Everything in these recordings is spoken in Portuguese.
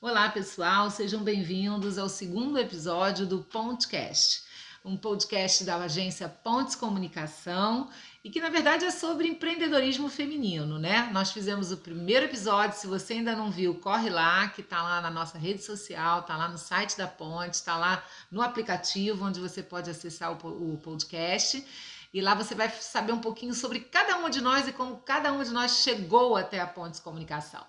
Olá, pessoal, sejam bem-vindos ao segundo episódio do Pontcast, um podcast da agência Pontes Comunicação e que, na verdade, é sobre empreendedorismo feminino, né? Nós fizemos o primeiro episódio, se você ainda não viu, corre lá, que tá lá na nossa rede social, tá lá no site da Pontes, tá lá no aplicativo onde você pode acessar o podcast. E lá você vai saber um pouquinho sobre cada uma de nós e como cada uma de nós chegou até a Pontes Comunicação.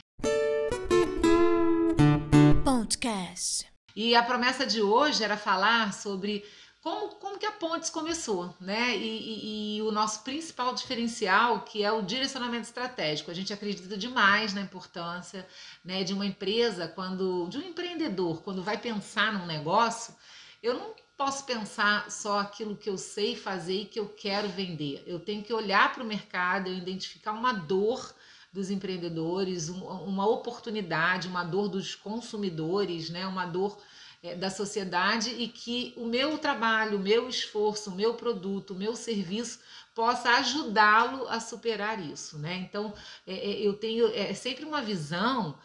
Podcast. E a promessa de hoje era falar sobre como que a Pontes começou, né? E o nosso principal diferencial, que é o direcionamento estratégico. A gente acredita demais na importância, né, de uma empresa, de um empreendedor, quando vai pensar num negócio, eu não posso pensar só aquilo que eu sei fazer e que eu quero vender. Eu tenho que olhar para o mercado, eu identificar uma dor dos empreendedores, uma oportunidade, uma dor dos consumidores, né? Uma dor da sociedade e que o meu trabalho, o meu esforço, o meu produto, o meu serviço possa ajudá-lo a superar isso, né? Então, eu tenho sempre uma visão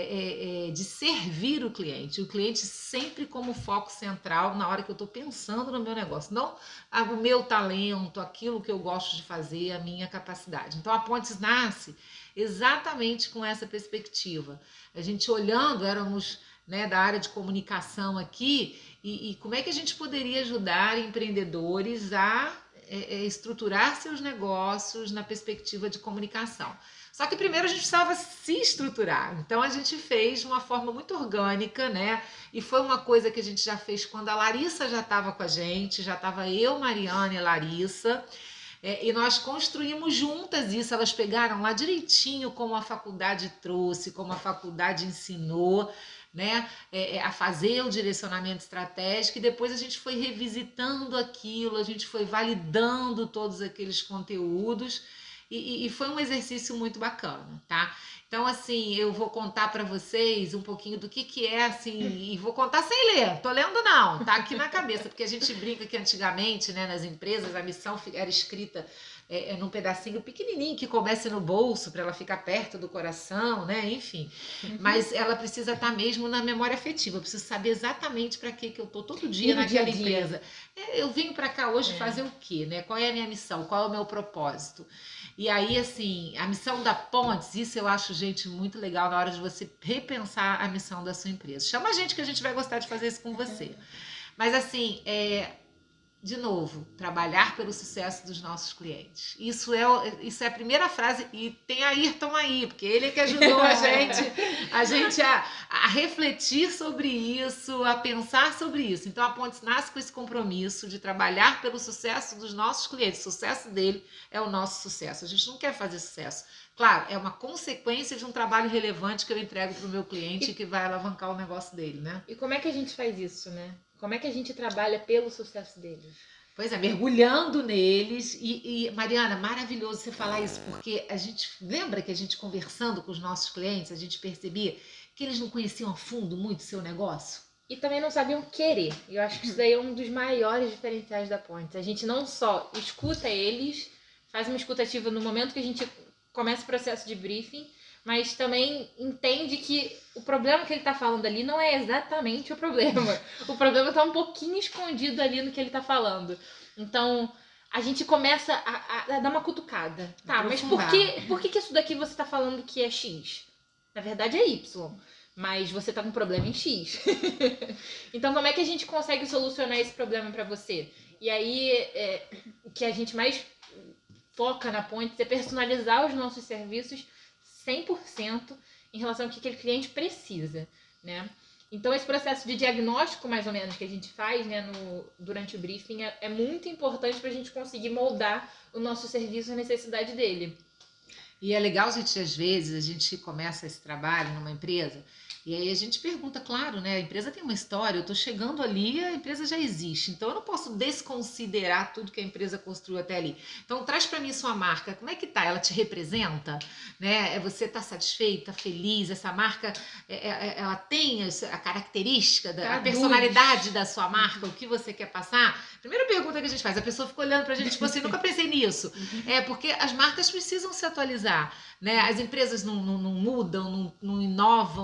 de servir o cliente sempre como foco central na hora que eu estou pensando no meu negócio, não o meu talento, aquilo que eu gosto de fazer, a minha capacidade. Então, a Pontes nasce exatamente com essa perspectiva. A gente olhando, éramos, né, da área de comunicação aqui, e como é que a gente poderia ajudar empreendedores a estruturar seus negócios na perspectiva de comunicação. Só que primeiro a gente precisava se estruturar, então a gente fez de uma forma muito orgânica, né? E foi uma coisa que a gente já fez quando a Larissa já estava com a gente, já estava eu, Mariana e Larissa, e nós construímos juntas isso. Elas pegaram lá direitinho como a faculdade trouxe, como a faculdade ensinou, né, a fazer o direcionamento estratégico, e depois a gente foi revisitando aquilo, a gente foi validando todos aqueles conteúdos, e foi um exercício muito bacana, tá? Então, assim, eu vou contar para vocês um pouquinho do que é, assim, e vou contar sem ler, tô lendo não, tá aqui na cabeça, porque a gente brinca que antigamente, né, nas empresas, a missão era escrita num pedacinho pequenininho que coubesse no bolso para ela ficar perto do coração, né, enfim, mas ela precisa estar mesmo na memória afetiva, eu preciso saber exatamente para que eu tô todo dia naquela empresa. Eu vim para cá hoje fazer o quê, né, qual é a minha missão, qual é o meu propósito? E aí, assim, a missão da Pontes, isso eu acho, gente, muito legal na hora de você repensar a missão da sua empresa. Chama a gente que a gente vai gostar de fazer isso com você. Mas, assim, de novo, trabalhar pelo sucesso dos nossos clientes. Isso é a primeira frase, e tem a Ayrton aí, porque ele é que ajudou a gente a refletir sobre isso, a pensar sobre isso. Então, a Pontes nasce com esse compromisso de trabalhar pelo sucesso dos nossos clientes. O sucesso dele é o nosso sucesso. A gente não quer fazer sucesso. Claro, é uma consequência de um trabalho relevante que eu entrego para o meu cliente e que vai alavancar o negócio dele, né? E como é que a gente faz isso, né? Como é que a gente trabalha pelo sucesso deles? Pois é, mergulhando neles. E Mariana, maravilhoso você falar isso, porque a gente lembra que a gente conversando com os nossos clientes, a gente percebia que eles não conheciam a fundo muito o seu negócio. E também não sabiam querer. Eu acho que isso daí é um dos maiores diferenciais da Pontes. A gente não só escuta eles, faz uma escutativa no momento que a gente começa o processo de briefing, mas também entende que o problema que ele está falando ali não é exatamente o problema. O problema está um pouquinho escondido ali no que ele está falando. Então, a gente começa a dar uma cutucada. Tá, mas por que isso daqui você está falando que é X? Na verdade é Y, mas você está com um problema em X. Então, como é que a gente consegue solucionar esse problema para você? E aí, o que a gente mais foca na Pontes é personalizar os nossos serviços 100% em relação ao que aquele cliente precisa, né? Então, esse processo de diagnóstico, mais ou menos, que a gente faz, né, durante o briefing, é muito importante para a gente conseguir moldar o nosso serviço à necessidade dele. E é legal, gente, às vezes, a gente começa esse trabalho numa empresa, e aí a gente pergunta, claro, né? A empresa tem uma história, eu estou chegando ali, a empresa já existe, então eu não posso desconsiderar tudo que a empresa construiu até ali. Então traz para mim sua marca, como é que tá? Ela te representa? Né? Você está satisfeita, feliz? Essa marca, ela tem a característica, a personalidade da sua marca, o que você quer passar? Primeira pergunta que a gente faz, a pessoa fica olhando para a gente, tipo assim, nunca pensei nisso. Porque as marcas precisam se atualizar, né? As empresas não mudam, não inovam, não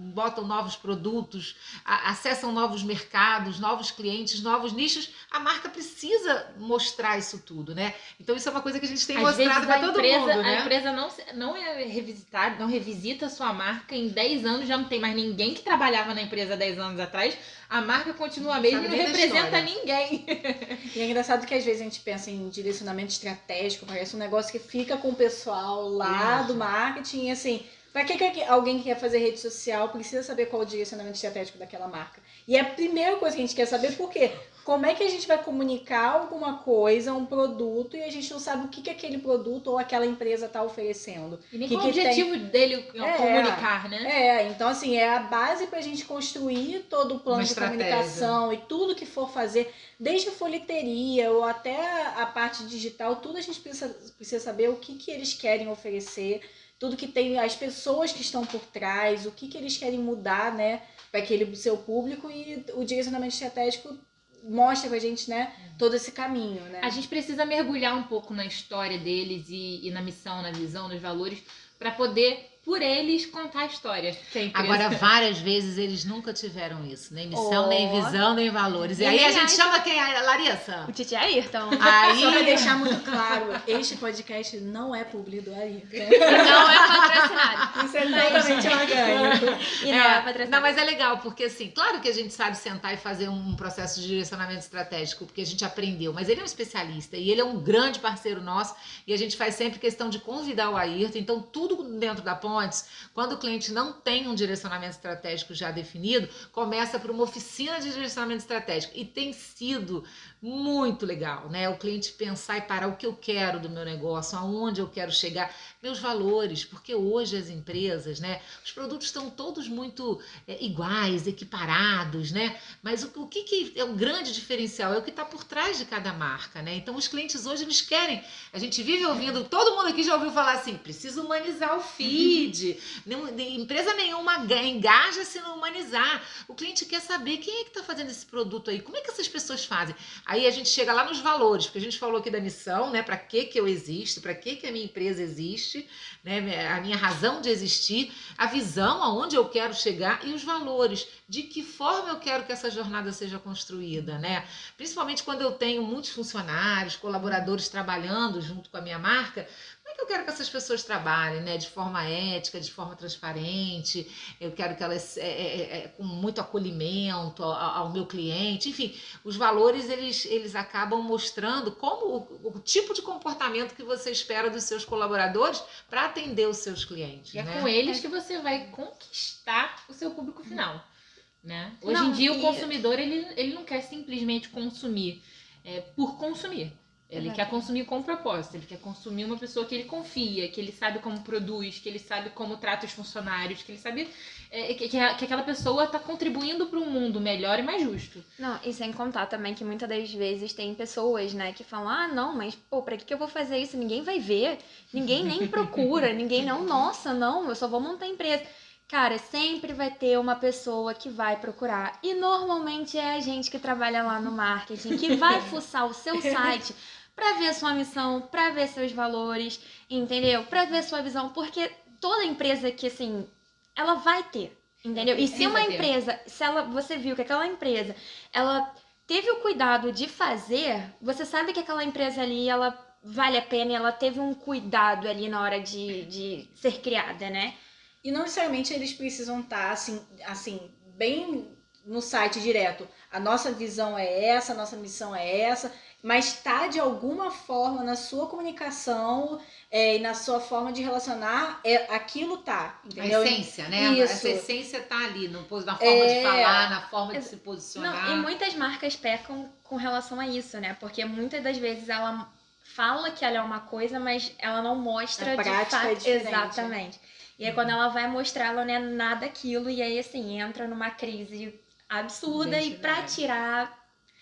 botam novos produtos, acessam novos mercados, novos clientes, novos nichos, a marca precisa mostrar isso tudo, né? Então isso é uma coisa que a gente tem mostrado para todo mundo, né? A empresa não é revisitada, não revisita a sua marca em 10 anos, já não tem mais ninguém que trabalhava na empresa 10 anos atrás, a marca continua a mesma e não representa ninguém. E é engraçado que às vezes a gente pensa em direcionamento estratégico, parece um negócio que fica com o pessoal lá do marketing, assim, para que alguém que quer fazer rede social precisa saber qual é o direcionamento estratégico daquela marca? E é a primeira coisa que a gente quer saber, por quê? Como é que a gente vai comunicar alguma coisa, um produto, e a gente não sabe o que aquele produto ou aquela empresa está oferecendo? E nem qual o objetivo dele comunicar, né? Então assim, é a base para a gente construir todo o plano de comunicação e tudo que for fazer, desde a folheteria ou até a parte digital, tudo a gente precisa saber o que eles querem oferecer, tudo que tem, as pessoas que estão por trás, o que eles querem mudar, né, para aquele seu público, e o direcionamento estratégico mostra pra gente, né, todo esse caminho, né? A gente precisa mergulhar um pouco na história deles e na missão, na visão, nos valores, para poder, por eles, contar a história. Agora, várias vezes eles nunca tiveram isso, nem missão, nem visão, nem valores. E aí a gente chama quem? A Larissa? O Titi Ayrton. Aí... Só pra deixar muito claro, este podcast não é publi do Ayrton. Não é patrocinado. Isso é totalmente orgânico. E não é patrocinado. Não, mas é legal, porque assim, claro que a gente sabe sentar e fazer um processo de direcionamento estratégico, porque a gente aprendeu, mas ele é um especialista e ele é um grande parceiro nosso, e a gente faz sempre questão de convidar o Ayrton. Então, tudo dentro da Pontes, quando o cliente não tem um direcionamento estratégico já definido, começa por uma oficina de direcionamento estratégico, e tem sido muito legal, né? O cliente pensar e parar, o que eu quero do meu negócio, aonde eu quero chegar, meus valores, porque hoje as empresas, né, os produtos estão todos muito iguais, equiparados, né? Mas o que é o grande diferencial? É o que está por trás de cada marca, né? Então os clientes hoje, eles querem, a gente vive ouvindo, todo mundo aqui já ouviu falar assim, precisa humanizar o feed, empresa nenhuma engaja se não humanizar. O cliente quer saber quem é que está fazendo esse produto aí, como é que essas pessoas fazem. Aí a gente chega lá nos valores, porque a gente falou aqui da missão, né? Para que eu existo, para que a minha empresa existe, né? A minha razão de existir, a visão, aonde eu quero chegar, e os valores, de que forma eu quero que essa jornada seja construída, né? Principalmente quando eu tenho muitos funcionários, colaboradores trabalhando junto com a minha marca. Como é que eu quero que essas pessoas trabalhem, né? De forma ética, de forma transparente. Eu quero que elas com muito acolhimento ao meu cliente. Enfim, os valores, eles acabam mostrando como o tipo de comportamento que você espera dos seus colaboradores para atender os seus clientes. E é né? com eles que você vai conquistar o seu público final. Né? Hoje em dia, o consumidor, ele não quer simplesmente consumir por consumir. Ele quer consumir com propósito, ele quer consumir uma pessoa que ele confia, que ele sabe como produz, que ele sabe como trata os funcionários, que ele sabe que aquela pessoa está contribuindo para um mundo melhor e mais justo. Não, e sem contar também que muitas das vezes tem pessoas, né, que falam, ah, não, mas, pô, pra que eu vou fazer isso? Ninguém vai ver, ninguém nem procura, ninguém não, nossa, não, eu só vou montar empresa. Cara, sempre vai ter uma pessoa que vai procurar. E normalmente é a gente que trabalha lá no marketing, que vai fuçar o seu site para ver sua missão, para ver seus valores, entendeu? Para ver sua visão, porque toda empresa que, assim, ela vai ter, entendeu? E se uma empresa, você viu que aquela empresa, ela teve o cuidado de fazer, você sabe que aquela empresa ali, ela vale a pena, ela teve um cuidado ali na hora de ser criada, né? E não necessariamente eles precisam estar assim, bem no site direto. A nossa visão é essa, a nossa missão é essa, mas está de alguma forma na sua comunicação e na sua forma de relacionar, aquilo tá, entendeu? A essência, né? Isso. Essa essência tá ali, na forma de falar, na forma de se posicionar. Não, e muitas marcas pecam com relação a isso, né? Porque muitas das vezes ela fala que ela é uma coisa, mas ela não mostra de fato. É diferente. Exatamente. E aí quando ela vai mostrar, ela não é nada aquilo, e aí assim, entra numa crise absurda, e pra tirar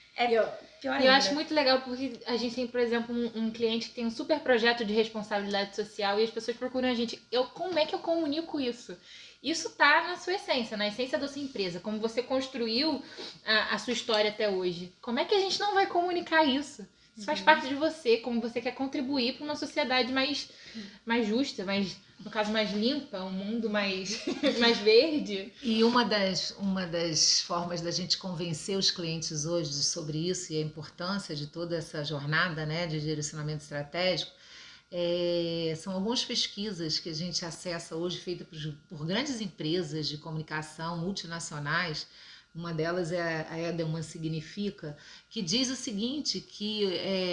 pior ainda. Eu acho muito legal porque a gente tem, por exemplo, um cliente que tem um super projeto de responsabilidade social e as pessoas procuram a gente, como é que eu comunico isso? Isso tá na sua essência, na essência da sua empresa, como você construiu a sua história até hoje. Como é que a gente não vai comunicar isso? Isso faz parte de você, como você quer contribuir para uma sociedade mais justa, mais no caso, mais limpa, um mundo mais, mais verde. E uma das formas da gente convencer os clientes hoje sobre isso e a importância de toda essa jornada, né, de direcionamento estratégico, são algumas pesquisas que a gente acessa hoje, feitas por grandes empresas de comunicação multinacionais. Uma delas é a Edelman Significa, que diz o seguinte, que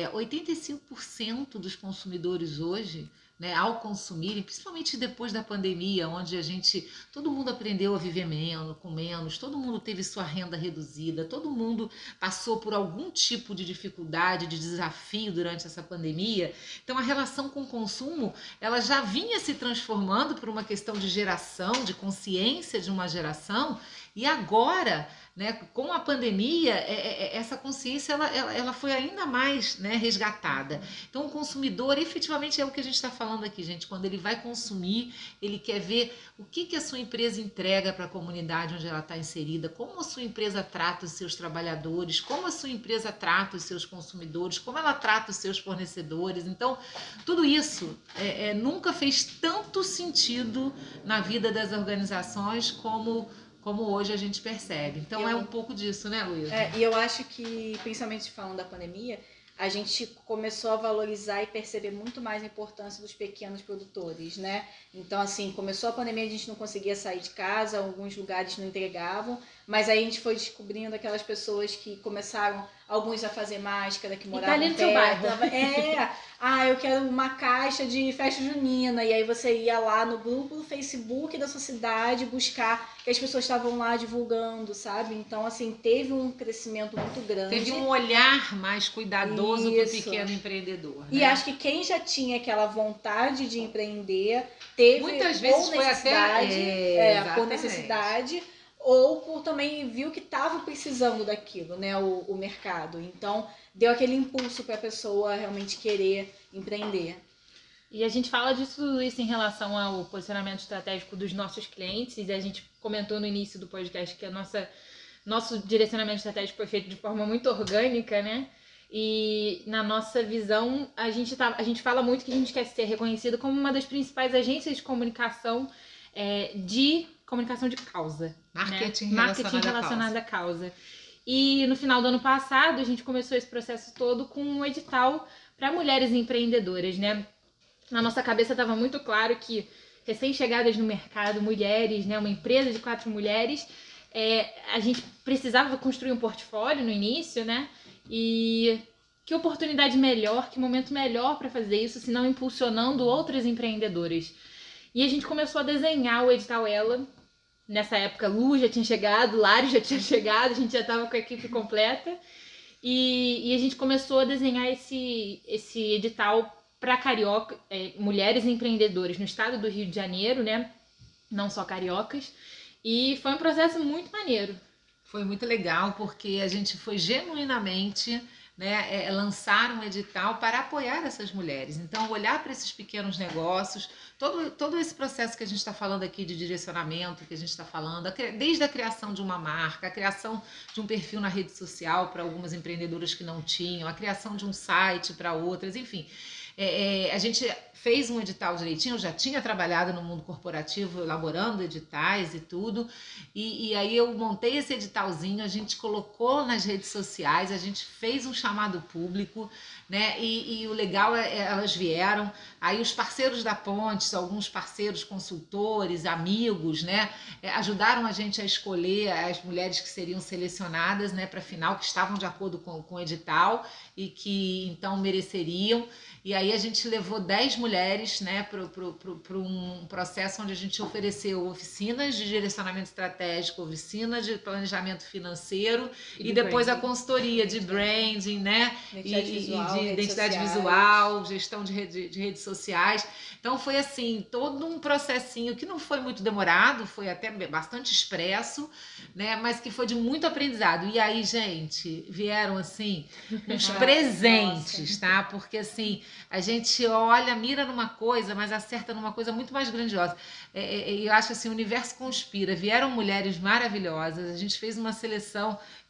85% dos consumidores hoje, né, ao consumirem, principalmente depois da pandemia, onde todo mundo aprendeu a viver menos, com menos, todo mundo teve sua renda reduzida, todo mundo passou por algum tipo de dificuldade, de desafio durante essa pandemia. Então a relação com o consumo, ela já vinha se transformando por uma questão de geração, de consciência de uma geração, e agora, né, com a pandemia, essa consciência ela foi ainda mais, né, resgatada. Então o consumidor, efetivamente, é o que a gente está falando aqui, gente. Quando ele vai consumir, ele quer ver o que a sua empresa entrega para a comunidade onde ela está inserida, como a sua empresa trata os seus trabalhadores, como a sua empresa trata os seus consumidores, como ela trata os seus fornecedores. Então, tudo isso nunca fez tanto sentido na vida das organizações como hoje a gente percebe. Então é um pouco disso, né, Luísa? E eu acho que, principalmente falando da pandemia, a gente começou a valorizar e perceber muito mais a importância dos pequenos produtores, né? Então, assim, começou a pandemia, a gente não conseguia sair de casa, alguns lugares não entregavam, mas aí a gente foi descobrindo aquelas pessoas que começaram, alguns a fazer máscara, que moravam ali no seu bairro. Eu quero uma caixa de festa junina, e aí você ia lá no grupo do Facebook da sua cidade buscar, que as pessoas estavam lá divulgando, sabe? Então, assim, teve um crescimento muito grande. Teve um olhar mais cuidadoso para o pequeno empreendedor, né? E acho que quem já tinha aquela vontade de empreender, teve muitas vezes foi até por necessidade, ou por também viu que estava precisando daquilo, né, o mercado. Então, deu aquele impulso para a pessoa realmente querer empreender. E a gente fala disso em relação ao posicionamento estratégico dos nossos clientes, e a gente comentou no início do podcast que nosso direcionamento estratégico foi feito de forma muito orgânica, né? E na nossa visão, a gente fala muito que a gente quer ser reconhecido como uma das principais agências de comunicação de causa. Marketing, né? Marketing relacionado à causa. E no final do ano passado, a gente começou esse processo todo com um edital para mulheres empreendedoras, né? Na nossa cabeça estava muito claro que recém-chegadas no mercado, mulheres, né, uma empresa de 4 mulheres, a gente precisava construir um portfólio no início, né? E que oportunidade melhor, que momento melhor para fazer isso, se não impulsionando outras empreendedoras. E a gente começou a desenhar o edital Ela. Nessa época, Lu já tinha chegado, Lari já tinha chegado, a gente já estava com a equipe completa. E a gente começou a desenhar esse edital para carioca, mulheres empreendedoras no estado do Rio de Janeiro, né? Não só cariocas. E foi um processo muito maneiro. Foi muito legal, porque a gente foi genuinamente, né, lançar um edital para apoiar essas mulheres. Então, olhar para esses pequenos negócios, todo esse processo que a gente está falando aqui de direcionamento, que a gente está falando, desde a criação de uma marca, a criação de um perfil na rede social para algumas empreendedoras que não tinham, a criação de um site para outras, enfim. A gente fez um edital direitinho, eu já tinha trabalhado no mundo corporativo, elaborando editais e tudo, e aí eu montei esse editalzinho, a gente colocou nas redes sociais, a gente fez um chamado público, né? E o legal elas vieram, aí os parceiros da Pontes, alguns parceiros, consultores, amigos, né, ajudaram a gente a escolher as mulheres que seriam selecionadas, né, para a final, que estavam de acordo com o edital e que então mereceriam. E aí a gente levou 10 mulheres, né, para um processo onde a gente ofereceu oficinas de direcionamento estratégico, oficina de planejamento financeiro e depois a consultoria de branding, né, de identidade visual, gestão de redes sociais. Então foi assim, todo um processinho que não foi muito demorado, foi até bastante expresso, né, mas que foi de muito aprendizado. E aí, gente, vieram assim uns presentes, tá? Porque assim, a gente olha, mira numa coisa, mas acerta numa coisa muito mais grandiosa. Eu acho assim, o universo conspira. Vieram mulheres maravilhosas, a gente fez uma seleção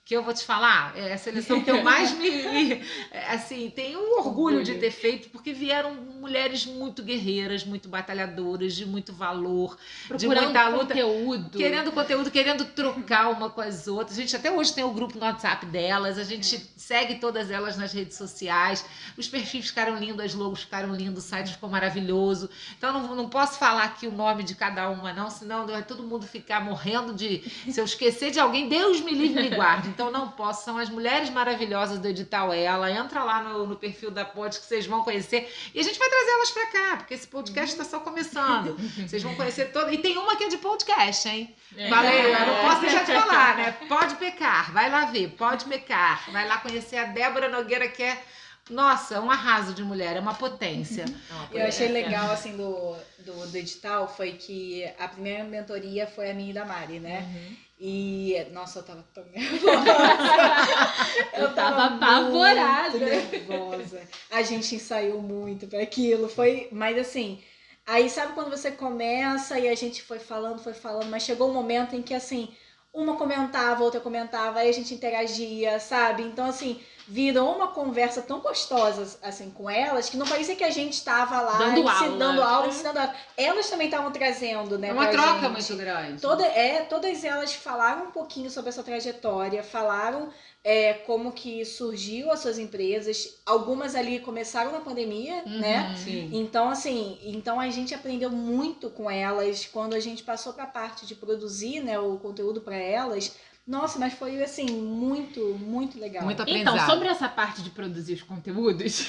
que eu vou te falar, é a seleção que eu mais assim, tenho orgulho de ter feito, porque vieram mulheres muito guerreiras, muito batalhadoras, de muito valor, de muita luta, conteúdo, querendo trocar uma com as outras. A gente até hoje tem o grupo no WhatsApp delas, a gente segue todas elas nas redes sociais, os perfis ficaram lindos, as logos ficaram lindos, o site ficou maravilhoso. Então não posso falar aqui o nome de cada uma não, senão vai todo mundo ficar morrendo se eu esquecer de alguém, Deus me livre e me guarde. Então não posso, são as mulheres maravilhosas do Edital Ela. Entra lá no perfil da Pod que vocês vão conhecer e a gente vai trazer elas pra cá, porque esse podcast tá só começando. Vocês vão conhecer toda. E tem uma que é de podcast, hein? Falei, eu não posso deixar de falar, né? Pode Pecar, vai lá ver, Pode Pecar. Vai lá conhecer a Débora Nogueira, que é, nossa, um arraso de mulher, é uma potência. Eu achei legal, assim, do edital, foi que a primeira mentoria foi a minha e da Mari, né? E, nossa, eu tava tão nervosa. Eu tava apavorada. Nervosa. A gente ensaiou muito para aquilo. Mas assim, aí sabe quando você começa e a gente foi falando, mas chegou um momento em que assim, uma comentava, outra comentava, aí a gente interagia, sabe? Então assim, virou uma conversa tão gostosa assim com elas, que não parecia que a gente estava lá dando aula, ensinando aula. Elas também estavam trazendo, né? Uma troca muito grande. Todas elas falaram um pouquinho sobre essa trajetória, falaram como que surgiu as suas empresas. Algumas ali começaram na pandemia, né? Sim. Então, assim, a gente aprendeu muito com elas. Quando a gente passou para a parte de produzir, né, o conteúdo para elas, nossa, mas foi, assim, muito, muito legal. Muito aprendizado. Então, sobre essa parte de produzir os conteúdos,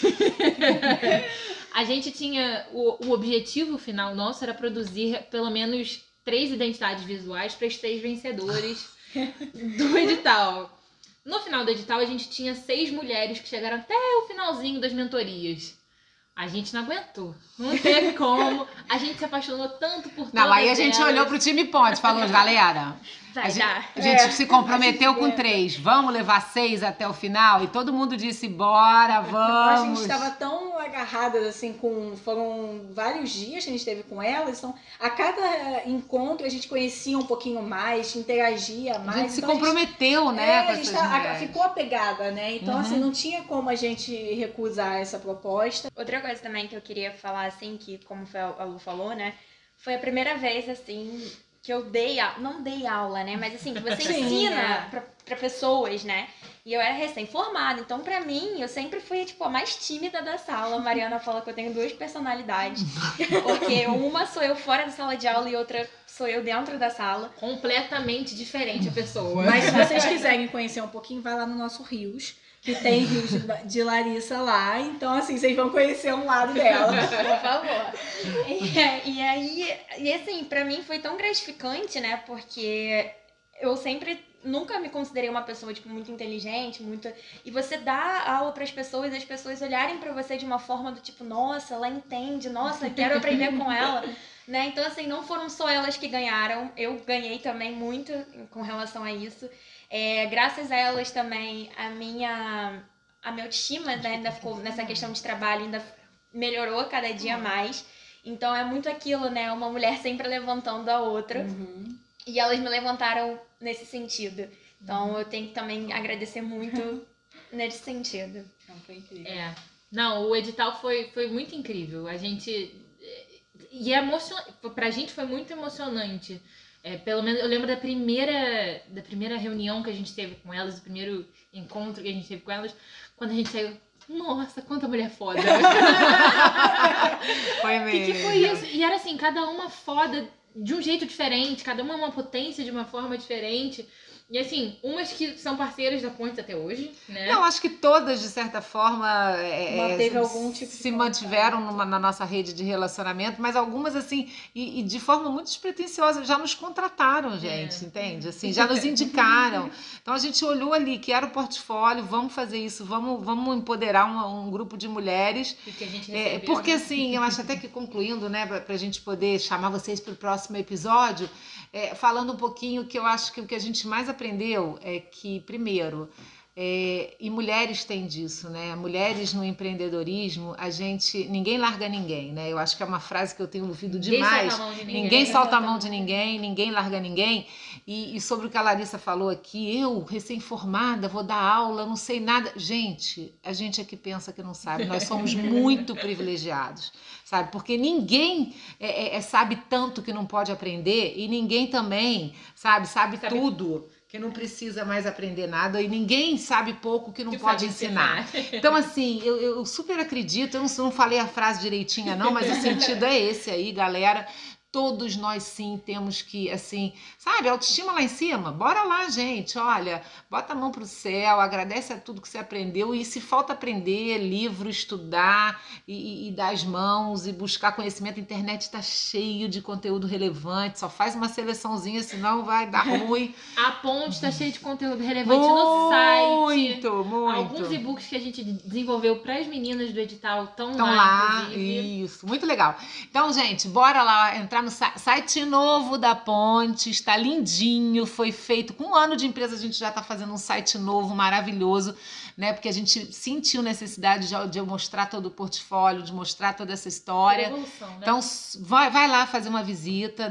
a gente tinha o objetivo final nosso era produzir pelo menos 3 identidades visuais para os 3 vencedores do edital. No final do edital, a gente tinha 6 mulheres que chegaram até o finalzinho das mentorias. A gente não aguentou. Não teve como. A gente se apaixonou tanto por todas Não, aí a gente elas. olhou pro time Ponte, falou, galera, Vai dar. a gente se comprometeu com 3, vamos levar 6 até o final? E todo mundo disse, bora, vamos. A gente estava tão agarradas, assim, foram vários dias que a gente teve com elas, então a cada encontro a gente conhecia um pouquinho mais, interagia mais. A gente se então comprometeu, né, com a gente essas mulheres. ficou apegada, né? Então, assim, não tinha como a gente recusar essa proposta. Outra coisa também que eu queria falar, assim, que como a Lu falou, né? Foi a primeira vez, assim, que eu não dei aula, né? Mas assim, que você ensina pra pessoas, né? E eu era recém-formada, então pra mim, eu sempre fui, tipo, a mais tímida da sala. A Mariana fala que eu tenho 2 personalidades. Porque uma sou eu fora da sala de aula e outra sou eu dentro da sala. Completamente diferente a pessoa. Mas se vocês quiserem conhecer um pouquinho, vai lá no nosso Rios, que tem Rios de Larissa lá. Então, assim, vocês vão conhecer um lado dela. Por favor. E assim, pra mim foi tão gratificante, né? Porque eu sempre nunca me considerei uma pessoa, tipo, muito inteligente, e você dá aula para as pessoas olharem para você de uma forma do tipo, nossa, ela entende, nossa, quero aprender com ela, né? Então, assim, não foram só elas que ganharam, eu ganhei também muito com relação a isso. Graças a elas também, a minha autoestima, né, ainda ficou nessa questão de trabalho, ainda melhorou cada dia mais. Então, é muito aquilo, né? Uma mulher sempre levantando a outra. E elas me levantaram nesse sentido. Então, eu tenho que também agradecer muito nesse sentido. Não, foi incrível. Não, o edital foi muito incrível. A gente... E pra gente foi muito emocionante. Pelo menos eu lembro da primeira reunião que a gente teve com elas, do primeiro encontro que a gente teve com elas, quando a gente saiu... Nossa, quanta mulher foda! Foi mesmo. Que foi isso? E era assim, cada uma foda de um jeito diferente, cada uma potência de uma forma diferente. E assim, umas que são parceiras da Pontes até hoje, né? Eu acho que todas, de certa forma, manteve algum tipo de se mantiveram na nossa rede de relacionamento, mas algumas, assim, e de forma muito despretensiosa, já nos contrataram, gente, entende? Assim, já nos indicaram. Então, a gente olhou ali que era o portfólio, vamos fazer isso, vamos empoderar um grupo de mulheres. E que a gente recebeu, porque, assim, eu acho até que concluindo, né, pra gente poder chamar vocês para o próximo episódio, falando um pouquinho que eu acho que o que a gente mais aprendeu é que, primeiro, E mulheres têm disso, né? Mulheres no empreendedorismo, ninguém larga ninguém, né? Eu acho que é uma frase que eu tenho ouvido demais. Ninguém solta a mão de ninguém, ninguém larga ninguém. E sobre o que a Larissa falou aqui, eu, recém-formada, vou dar aula, não sei nada. Gente, a gente é que pensa que não sabe. Nós somos muito privilegiados, sabe? Porque ninguém sabe tanto que não pode aprender e ninguém também, sabe tudo, que não precisa mais aprender nada, e ninguém sabe pouco que não pode ensinar. Então, assim, eu super acredito, eu não falei a frase direitinha não, mas o sentido é esse aí, galera. Todos nós sim temos que, assim, sabe, autoestima lá em cima, bora lá, gente, olha, bota a mão pro céu, agradece a tudo que você aprendeu, e se falta aprender, livro, estudar e dar as mãos e buscar conhecimento, a internet está cheio de conteúdo relevante, só faz uma seleçãozinha, senão vai dar ruim. A Ponte está cheia de conteúdo relevante no site. Muito. Alguns e-books que a gente desenvolveu para as meninas do edital estão lá, inclusive. Isso, muito legal. Então, gente, bora lá entrar no site novo da Ponte, está lindinho, foi feito com 1 ano de empresa, a gente já está fazendo um site novo, maravilhoso, né? Porque a gente sentiu necessidade de mostrar todo o portfólio, de mostrar toda essa história. Revolução, né? Então, vai lá fazer uma visita,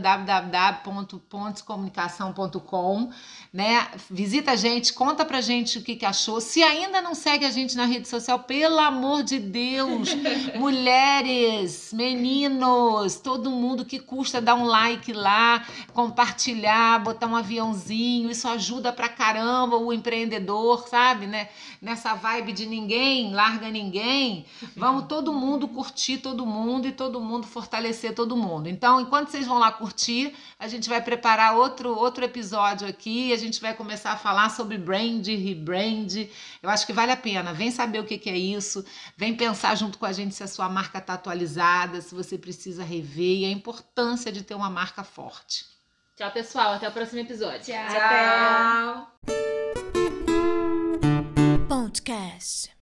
www.pontescomunicação.com, né? Visita a gente, conta pra gente o que achou. Se ainda não segue a gente na rede social, pelo amor de Deus, mulheres, meninos, todo mundo, que custa dar um like lá, compartilhar, botar um aviãozinho, isso ajuda pra caramba o empreendedor, sabe, né? Nessa vibe de ninguém larga ninguém, vamos todo mundo curtir todo mundo e todo mundo fortalecer todo mundo. Então, enquanto vocês vão lá curtir, a gente vai preparar outro episódio aqui, a gente vai começar a falar sobre brand, rebrand. Eu acho que vale a pena. Vem saber o que é isso, vem pensar junto com a gente se a sua marca está atualizada, se você precisa rever, e a importância de ter uma marca forte. Tchau, pessoal. Até o próximo episódio. Tchau. Podcast.